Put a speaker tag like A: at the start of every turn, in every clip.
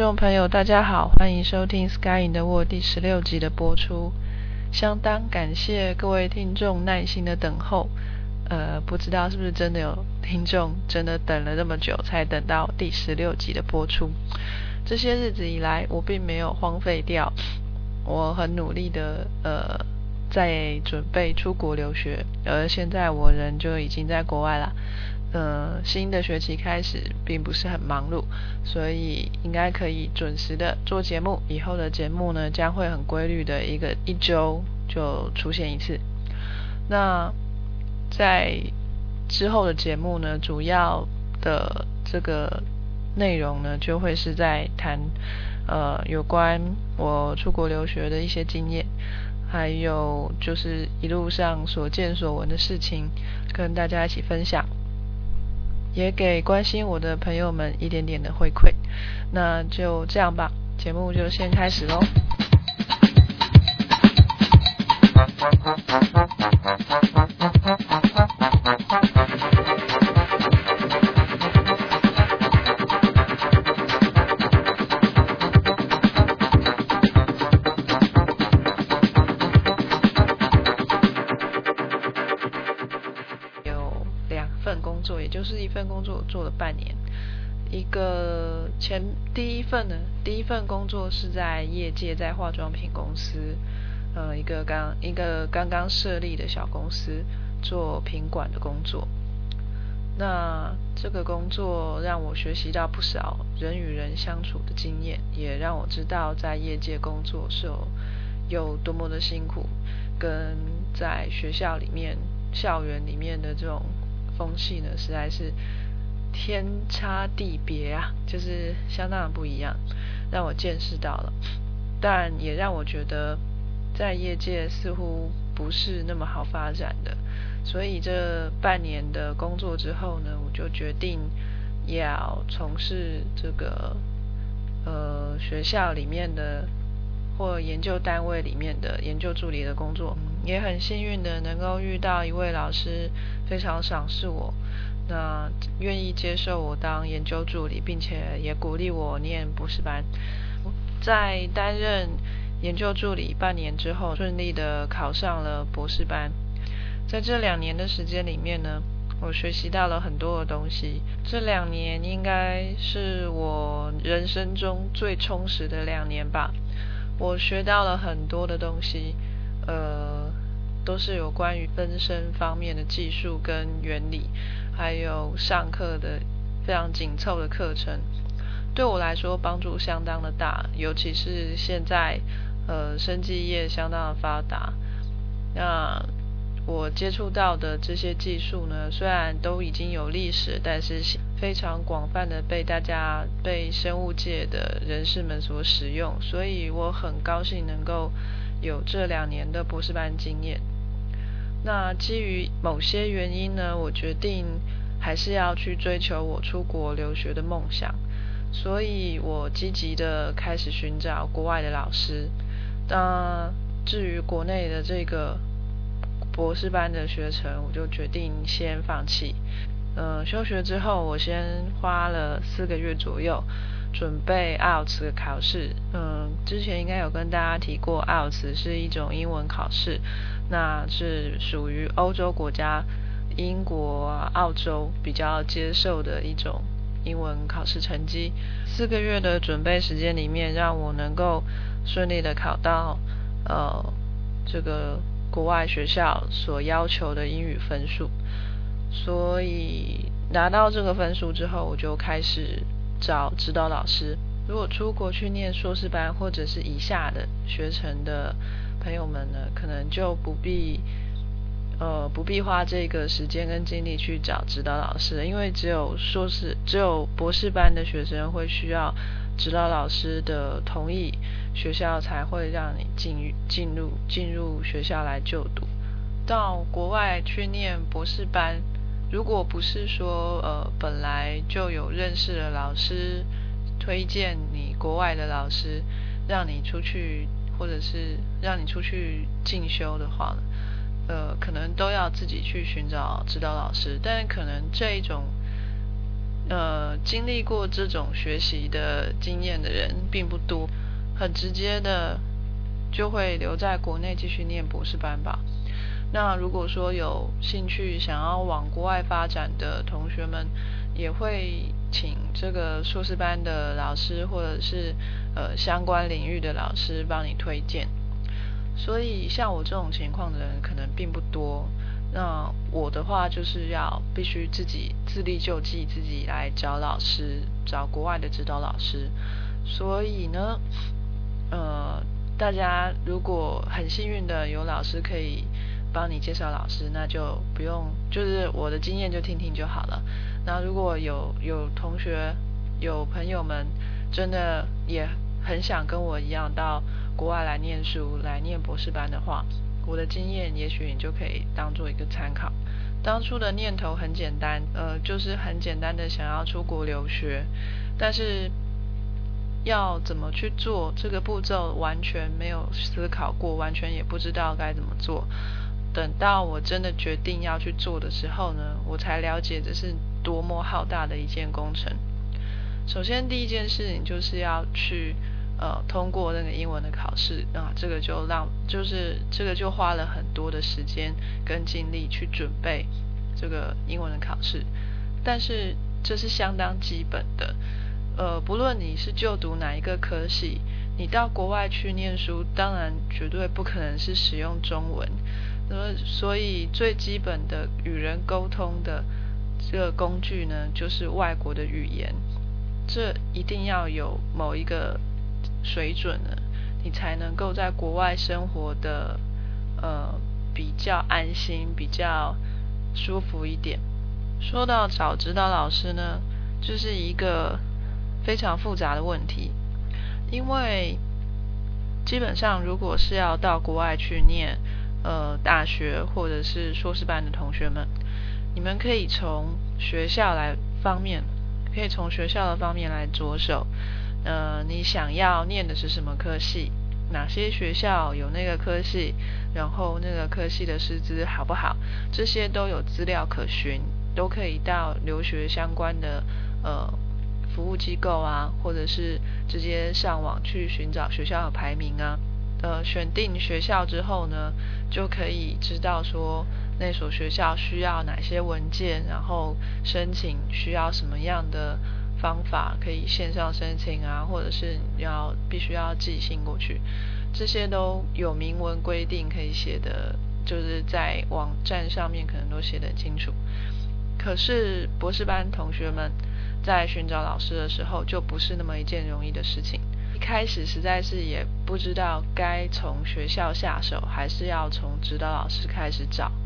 A: 众朋友大家好，欢迎收听 Sky in the World 第16集的播出。相当感谢各位听众耐心的等候，不知道是不是真的有听众真的等了那么久才等到第16集的播出。这些日子以来我并没有荒废掉，我很努力的在准备出国留学，而现在我人就已经在国外啦。新的学期开始并不是很忙碌，所以应该可以准时的做节目。以后的节目呢，将会很规律的一周就出现一次。那在之后的节目呢，主要的这个内容呢，就会是在谈有关我出国留学的一些经验，还有就是一路上所见所闻的事情，跟大家一起分享。也给关心我的朋友们一点点的回馈。那就这样吧，节目就先开始咯。也就是一份工作做了半年，第一份工作是在业界，在化妆品公司，一个刚刚设立的小公司做品管的工作。那这个工作让我学习到不少人与人相处的经验，也让我知道在业界工作是有多么的辛苦，跟在校园里面的这种风气呢，实在是天差地别啊，就是相当的不一样，让我见识到了，但也让我觉得在业界似乎不是那么好发展的。所以这半年的工作之后呢，我就决定要从事这个学校里面的或研究单位里面的研究助理的工作。也很幸运的能够遇到一位老师非常赏识我，那愿意接受我当研究助理，并且也鼓励我念博士班。在担任研究助理半年之后，顺利的考上了博士班。在这2年的时间里面呢，我学习到了很多的东西。这2年应该是我人生中最充实的2年吧。我学到了很多的东西，都是有关于分身方面的技术跟原理，还有上课的非常紧凑的课程，对我来说帮助相当的大。尤其是现在生技业相当的发达，那我接触到的这些技术呢，虽然都已经有历史，但是非常广泛的被生物界的人士们所使用，所以我很高兴能够有这2年的博士班经验。那基于某些原因呢，我决定还是要去追求我出国留学的梦想，所以我积极的开始寻找国外的老师。至于国内的这个博士班的学程，我就决定先放弃。休学之后，我先花了4个月左右准备 IELTS 的考试。之前应该有跟大家提过， IELTS 是一种英文考试，那是属于欧洲国家，英国、澳洲比较接受的一种英文考试成绩。4个月的准备时间里面，让我能够顺利的考到这个国外学校所要求的英语分数。所以拿到这个分数之后，我就开始找指导老师。如果出国去念硕士班或者是以下的学程的朋友们呢，可能就不必花这个时间跟精力去找指导老师，因为只有博士班的学生会需要指导老师的同意，学校才会让你进入学校来就读。到国外去念博士班，如果不是说本来就有认识的老师推荐你国外的老师让你出去，或者是让你出去进修的话呢，可能都要自己去寻找指导老师。但可能这一种经历过这种学习的经验的人并不多，很直接的就会留在国内继续念博士班吧。那如果说有兴趣想要往国外发展的同学们，也会请这个硕士班的老师或者是相关领域的老师帮你推荐。所以像我这种情况的人可能并不多。那我的话就是必须自己自力救济，自己来找老师，找国外的指导老师。所以呢，大家如果很幸运的有老师可以帮你介绍老师，那就不用，就是我的经验就听听就好了。那如果有同学有朋友们真的也很想跟我一样到国外来念书，来念博士班的话，我的经验也许你就可以当做一个参考。当初的念头很简单，就是很简单的想要出国留学，但是要怎么去做这个步骤完全没有思考过，完全也不知道该怎么做。等到我真的决定要去做的时候呢，我才了解这是多么浩大的一件工程。首先第一件事情就是要去通过那个英文的考试啊，这个就花了很多的时间跟精力去准备这个英文的考试，但是这是相当基本的。不论你是就读哪一个科系，你到国外去念书，当然绝对不可能是使用中文。所以最基本的与人沟通的这个工具呢，就是外国的语言。这一定要有某一个水准呢，你才能够在国外生活的比较安心，比较舒服一点。说到找指导老师呢，这是一个非常复杂的问题，因为基本上如果是要到国外去念大学或者是硕士班的同学们，你们可以从学校的方面来着手。你想要念的是什么科系？哪些学校有那个科系？然后那个科系的师资好不好？这些都有资料可循，都可以到留学相关的服务机构啊，或者是直接上网去寻找学校的排名啊。选定学校之后呢，就可以知道说那所学校需要哪些文件，然后申请需要什么样的方法，可以线上申请啊，或者是必须要寄信过去，这些都有明文规定可以写的，就是在网站上面可能都写得很清楚。可是博士班同学们在寻找老师的时候，就不是那么一件容易的事情。一开始实在是也不知道该从学校下手，还是要从指导老师开始找。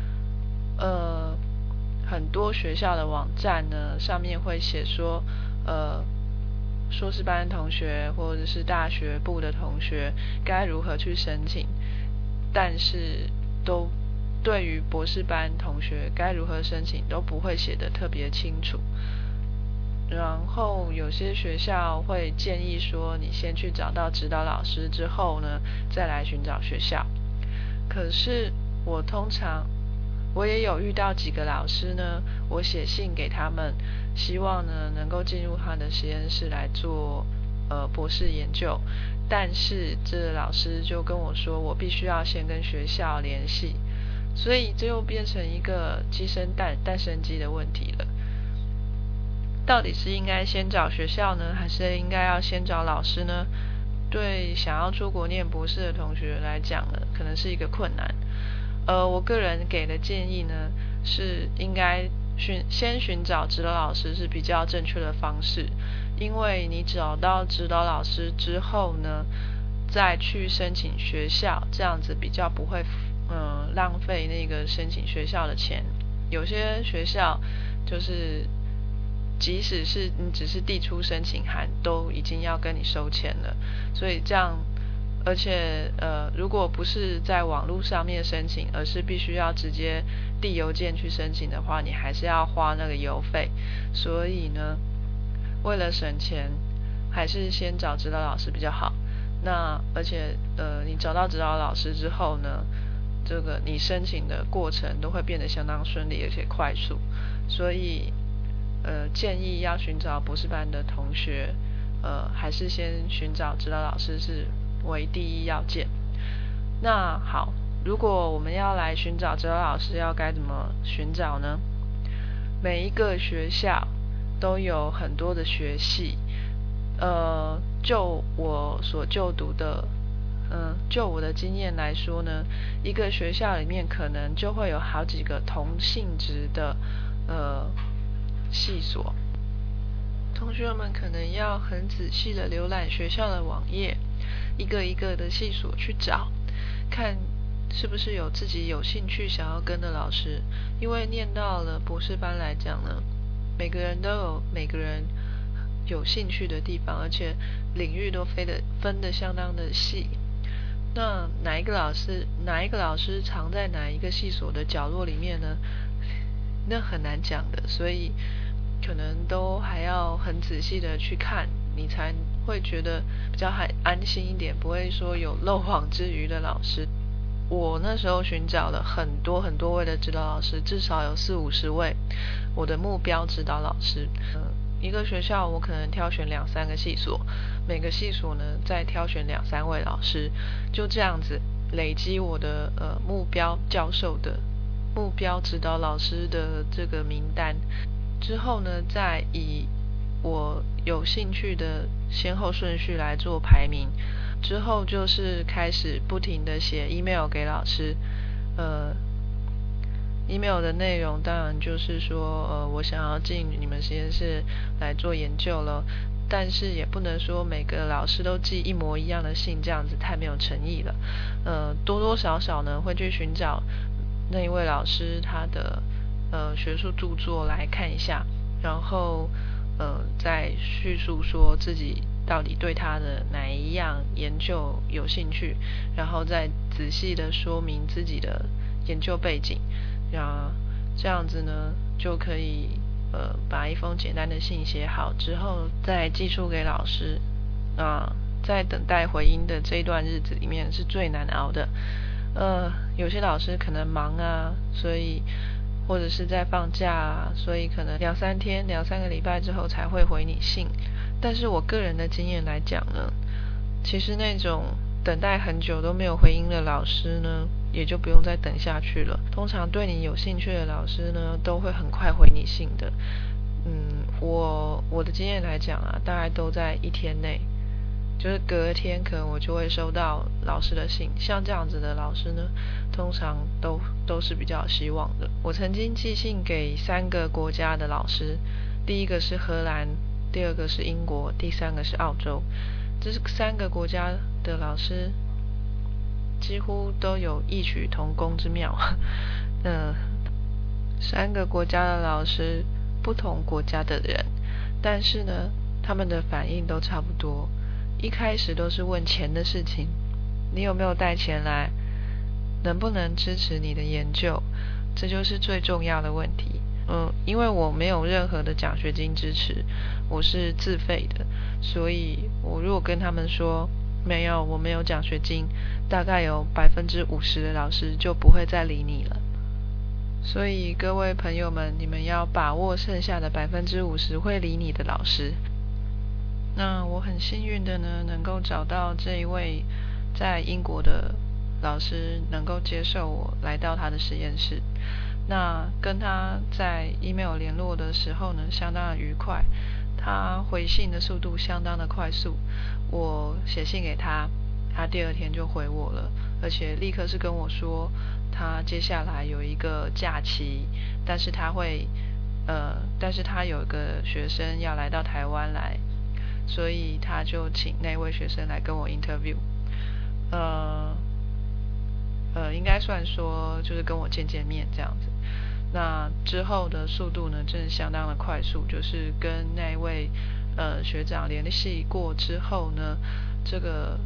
A: 很多学校的网站呢，上面会写说，硕士班同学或者是大学部的同学该如何去申请，但是都对于博士班同学该如何申请都不会写得特别清楚。然后有些学校会建议说，你先去找到指导老师之后呢，再来寻找学校。可是我也有遇到几个老师呢，我写信给他们，希望呢能够进入他的实验室来做博士研究，但是这个老师就跟我说，我必须要先跟学校联系，所以这又变成一个鸡生蛋，蛋生鸡的问题了。到底是应该先找学校呢，还是应该要先找老师呢？对想要出国念博士的同学来讲呢，可能是一个困难。我个人给的建议呢，是应该先寻找指导老师是比较正确的方式，因为你找到指导老师之后呢，再去申请学校，这样子比较不会浪费那个申请学校的钱。有些学校就是即使是你只是递出申请函，都已经要跟你收钱了，所以这样，而且如果不是在网络上面申请，而是必须要直接递邮件去申请的话，你还是要花那个邮费。所以呢，为了省钱，还是先找指导老师比较好。那而且你找到指导老师之后呢，这个你申请的过程都会变得相当顺利而且快速。所以建议要寻找博士班的同学，还是先寻找指导老师是为第一要件。那好，如果我们要来寻找指导老师，要该怎么寻找呢？每一个学校都有很多的学系，就我所就读的，就我的经验来说呢，一个学校里面可能就会有好几个同性质的系所。同学们可能要很仔细的浏览学校的网页，一个一个的系所去找，看是不是有自己有兴趣想要跟的老师。因为念到了博士班来讲呢，每个人都有每个人有兴趣的地方，而且领域都分得相当的细。那哪一个老师藏在哪一个系所的角落里面呢？那很难讲的，所以可能都还要很仔细的去看，你才会觉得比较还安心一点，不会说有漏网之鱼的老师。我那时候寻找了很多位的指导老师，至少有40-50位，我的目标指导老师。一个学校我可能挑选2-3个系所，每个系所呢再挑选2-3位老师，就这样子累积我的目标教授的目标指导老师的这个名单之后呢，再以我有兴趣的先后顺序来做排名。之后就是开始不停的写 email 给老师，email 的内容当然就是说我想要进你们实验室来做研究了，但是也不能说每个老师都寄一模一样的信，这样子太没有诚意了。多多少少呢会去寻找那一位老师他的学术著作来看一下，然后再叙述说自己到底对他的哪一样研究有兴趣，然后再仔细的说明自己的研究背景，这样子呢就可以把一封简单的信写好之后再寄出给老师。在等待回音的这一段日子里面是最难熬的。有些老师可能忙啊，所以或者是在放假啊，所以可能2-3天、2-3个礼拜之后才会回你信。但是我个人的经验来讲呢，其实那种等待很久都没有回音的老师呢，也就不用再等下去了。通常对你有兴趣的老师呢，都会很快回你信的。我的经验来讲啊，大概都在1天内，就是隔天可能我就会收到老师的信。像这样子的老师呢，通常都是比较有希望的。我曾经寄信给3个国家的老师，第一个是荷兰，第二个是英国，第3个是澳洲。这3个国家的老师几乎都有异曲同工之妙。3个国家的老师，不同国家的人，但是呢他们的反应都差不多。一开始都是问钱的事情，你有没有带钱来，能不能支持你的研究，这就是最重要的问题。因为我没有任何的奖学金支持，我是自费的，所以我如果跟他们说我没有奖学金，大概有50%的老师就不会再理你了。所以各位朋友们，你们要把握剩下的50%会理你的老师。那我很幸运的呢，能够找到这一位在英国的老师，能够接受我来到他的实验室。那跟他在 email 联络的时候呢，相当的愉快，他回信的速度相当的快速。我写信给他，他第2天就回我了，而且立刻是跟我说他接下来有一个假期，但是他有一个学生要来到台湾来，所以他就请那位学生来跟我 interview。应该算说就是跟我见面这样子。那之后的速度呢，真的相当的快速，就是跟那位学长联系过之后呢，这个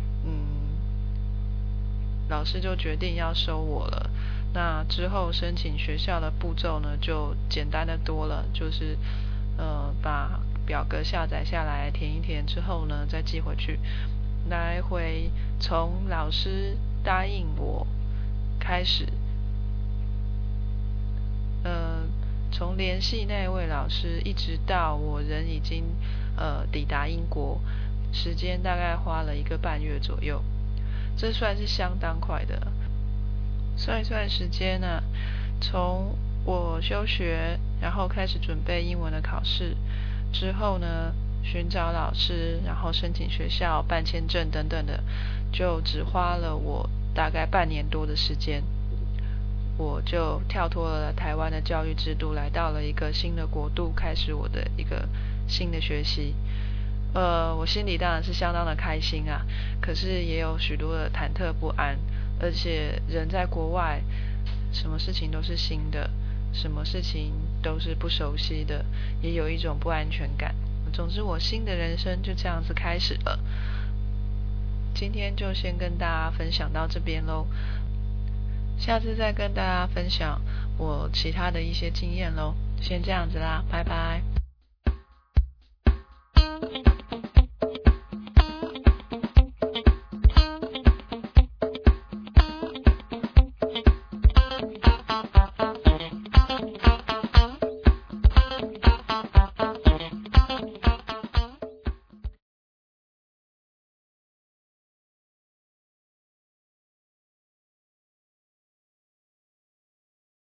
A: 老师就决定要收我了。那之后申请学校的步骤呢，就简单的多了，就是把表格下载下来填一填之后呢，再寄回去。来回从老师答应我开始， 从联系那位老师一直到我人已经抵达英国，时间大概花了1个半月左右，这算是相当快的。算一算时间呢，从我休学，然后开始准备英文的考试，之后呢寻找老师，然后申请学校、办签证等等的，就只花了我大概半年多的时间，我就跳脱了台湾的教育制度，来到了一个新的国度，开始我的一个新的学习。我心里当然是相当的开心啊，可是也有许多的忐忑不安，而且人在国外，什么事情都是新的，什么事情都是不熟悉的，也有一种不安全感。总之我新的人生就这样子开始了。今天就先跟大家分享到这边咯，下次再跟大家分享我其他的一些经验咯，先这样子啦，拜拜。